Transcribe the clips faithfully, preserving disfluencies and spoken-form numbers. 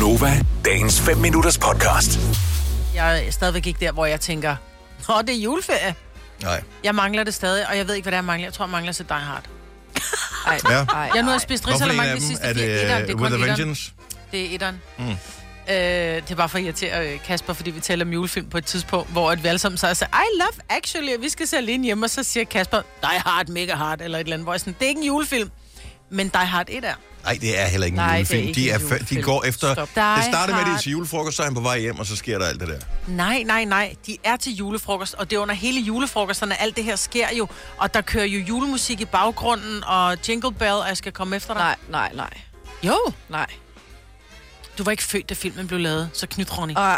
Gunova, dagens fem minutters podcast. Jeg er stadigvæk ikke der, hvor jeg tænker, åh, det er juleferie. Nej. Jeg mangler det stadig, og jeg ved ikke, hvad det er, jeg mangler. Jeg tror, jeg mangler til Die Hard. Ej, Ja. ej, Jeg nu har spist risalamande de sidste er det, fire. Etteren, det er uh, kun With a etteren. Vengeance? Det er etteren. Mm. Øh, det er bare for at irritere øh, Kasper, fordi vi taler om julefilm på et tidspunkt, hvor at vi alle sammen så siger, I love actually, og vi skal se alene hjemme, og så siger Kasper, Die Hard, mega hard, eller et eller andet, hvor jeg sådan, det er ikke en julefilm, men Die Hard et er. Nej, det er heller ikke en Nej, julefilm. det er ikke de, en er fa- julefilm. de går efter... Stop. Det starter med, at det er Hard. til julefrokost, så er han på vej hjem, og så sker der alt det der. Nej, nej, nej. De er til julefrokost, og det er under hele julefrokosterne. Alt det her sker jo, og der kører jo julemusik i baggrunden, og Jingle Bell, og jeg skal komme efter dig. nej, nej, nej, Jo, nej. du var ikke født, da filmen blev lavet, så knyt, Ronny. Ej,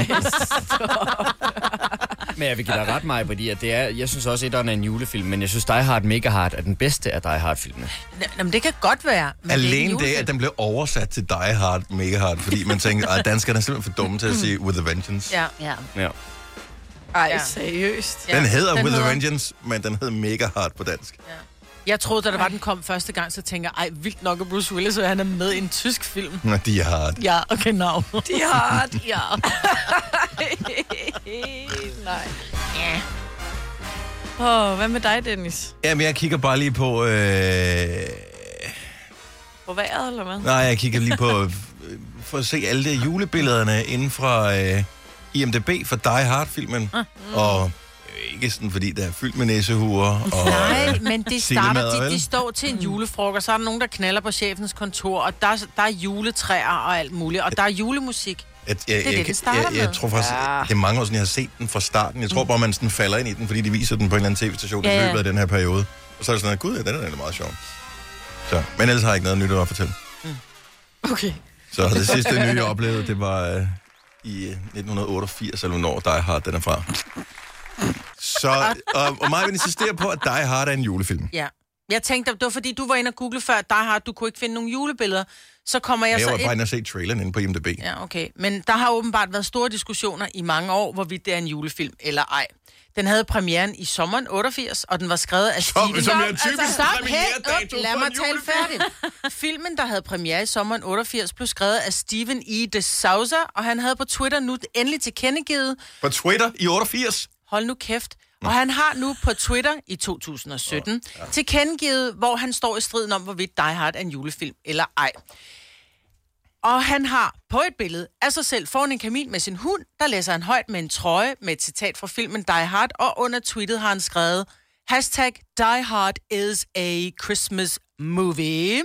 Men jeg vil give dig ret meget, fordi at det er, jeg synes også, at etteren er en julefilm, men jeg synes, Die Hard Mega Hard er den bedste af Die Hard-filmene. Jamen, det kan godt være, men det er ikke en Alene det, julefilm. at den blev oversat til Die Hard, Mega Hard, fordi man tænker, at danskerne er simpelthen for dumme til at sige With a Vengeance. Ja, ja. Ja. ej Ja. seriøst. Ja, Den hedder den With a hedder- Vengeance, men den hedder Mega Hard på dansk. Jeg troede, da der var, den kom første gang, så tænker jeg, ej, vildt nok, at Bruce Willis, og han er med i en tysk film. Nå, de er hard. Ja, okay, no. De har det. Ja. Nej. Ja. Åh, oh, hvad med dig, Dennis? Jamen, jeg kigger bare lige på... Øh... På vejret, eller hvad? Nej, jeg kigger lige på... øh, for at se alle de julebillederne inden fra øh, I M D B for Die Hard-filmen. Ah. Mm. Og ikke sådan, fordi der er fyldt med næsehuer. Og, Nej, øh, men de sildemadder, starter, de, vel? de står til en julefrokost, så er der nogen, der knalder på chefens kontor, og der, der er juletræer og alt muligt, og der er julemusik. Jeg, jeg, det, jeg, den starter jeg, jeg med. tror faktisk, Ja. det er mange år siden, jeg har set den fra starten. Jeg tror bare, man sådan falder ind i den, fordi de viser den på en eller anden tv-station Ja, i ja. løbet af den her periode. Og så er det sådan, at gud, ja, den er egentlig meget sjov. Så, men ellers har jeg ikke noget nyt at fortælle. Okay. Så det sidste nye, jeg oplevede, det var øh, i øh, nitten otteogfirs, eller hvornår Die Hard den er fra. Så, og, og mig vil insistere på, at Die Hard er en julefilm. Ja. Jeg tænkte, det var fordi, du var inde og google før, Die Hard, du kunne ikke finde nogen julebilleder. Så kommer jeg, Jeg så var bare ind... inde og se traileren inde på I M D B. Ja, okay. Men der har åbenbart været store diskussioner i mange år, hvorvidt det er en julefilm eller ej. Den havde premieren i sommeren otteogfirs, og den var skrevet af Steven... som er en typisk Stop, hey, premieredato up, lad for mig en tale julefilm. færdigt. Filmen, der havde premiere i sommeren otteogfirs, blev skrevet af Steven E. de Souza, og han havde på Twitter nu endelig tilkendegivet... På Twitter i otteogfirs. Hold nu kæft. Og han har nu på Twitter i to tusind og sytten oh, ja. tilkendegivet, hvor han står i striden om, hvorvidt Die Hard er en julefilm eller ej. Og han har på et billede af sig selv foran en kamin med sin hund, der læser han højt med en trøje med et citat fra filmen Die Hard, og under tweetet har han skrevet, hashtag Die Hard is a Christmas movie.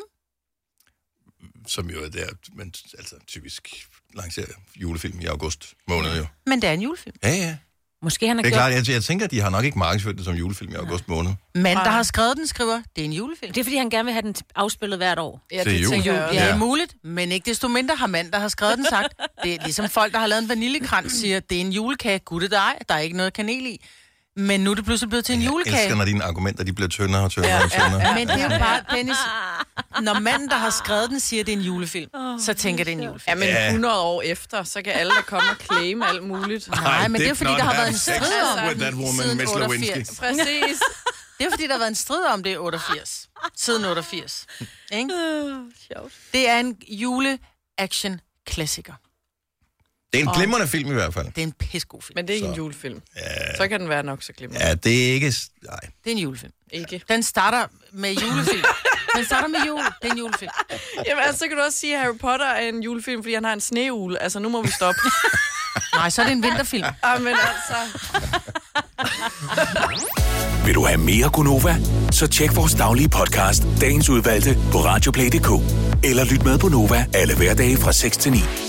Som jo er der, men altså typisk lancerer julefilm i august måned jo. Men det er en julefilm. Ja, ja. Måske han har Det er gjort... klart, jeg, jeg tænker, at de har nok ikke markedsført det som julefilm i august måned. Men der har skrevet den, skriver, det er en julefilm. Det er, fordi han gerne vil have den afspillet hvert år. Ja, Til det jul. tænker jeg Ja, også. det er muligt, men ikke desto mindre har mand, der har skrevet den, sagt. Det er ligesom folk, der har lavet en vaniljekrans, siger, det er en julekage, gud det dig, der er ikke noget kanel i. Men nu er det pludselig blevet til en Jeg julekage. elsker, når dine argumenter de bliver tyndere og tyndere og tyndere. Men det er jo bare, Dennis, når manden, der har skrevet den, siger, det er en julefilm, så tænker det er en Ja, julefilm. men Ja. hundrede år efter, så kan alle, der komme og claim alt muligt. Nej, men det er jo fordi, der har været en strid om with that woman, siden Miss otteogfirs. Lewinsky. Præcis. Det er fordi, der har været en strid om det i otteogfirs. Siden otteogfirs. Ikke? Sjovt. Det er en jule-action-klassiker. Det er en glimrende film i hvert fald. Det er en pissegod film. Men det er ikke Så. en julefilm. Så kan den være nok så glimrende. Ja, det er ikke... Nej. Det er en julefilm. Ikke. Den starter med julefilm. Den starter med jul. Det er en julefilm. Jamen, altså, så kan du også sige, at Harry Potter er en julefilm, fordi han har en sneugle. Altså, nu må vi stoppe. Nej, så er det en vinterfilm. Ah, men altså... Vil du have mere Gunova? Så tjek vores daglige podcast, dagens udvalgte, på radioplay punktum d k. Eller lyt med på Nova alle hverdage fra seks til ni.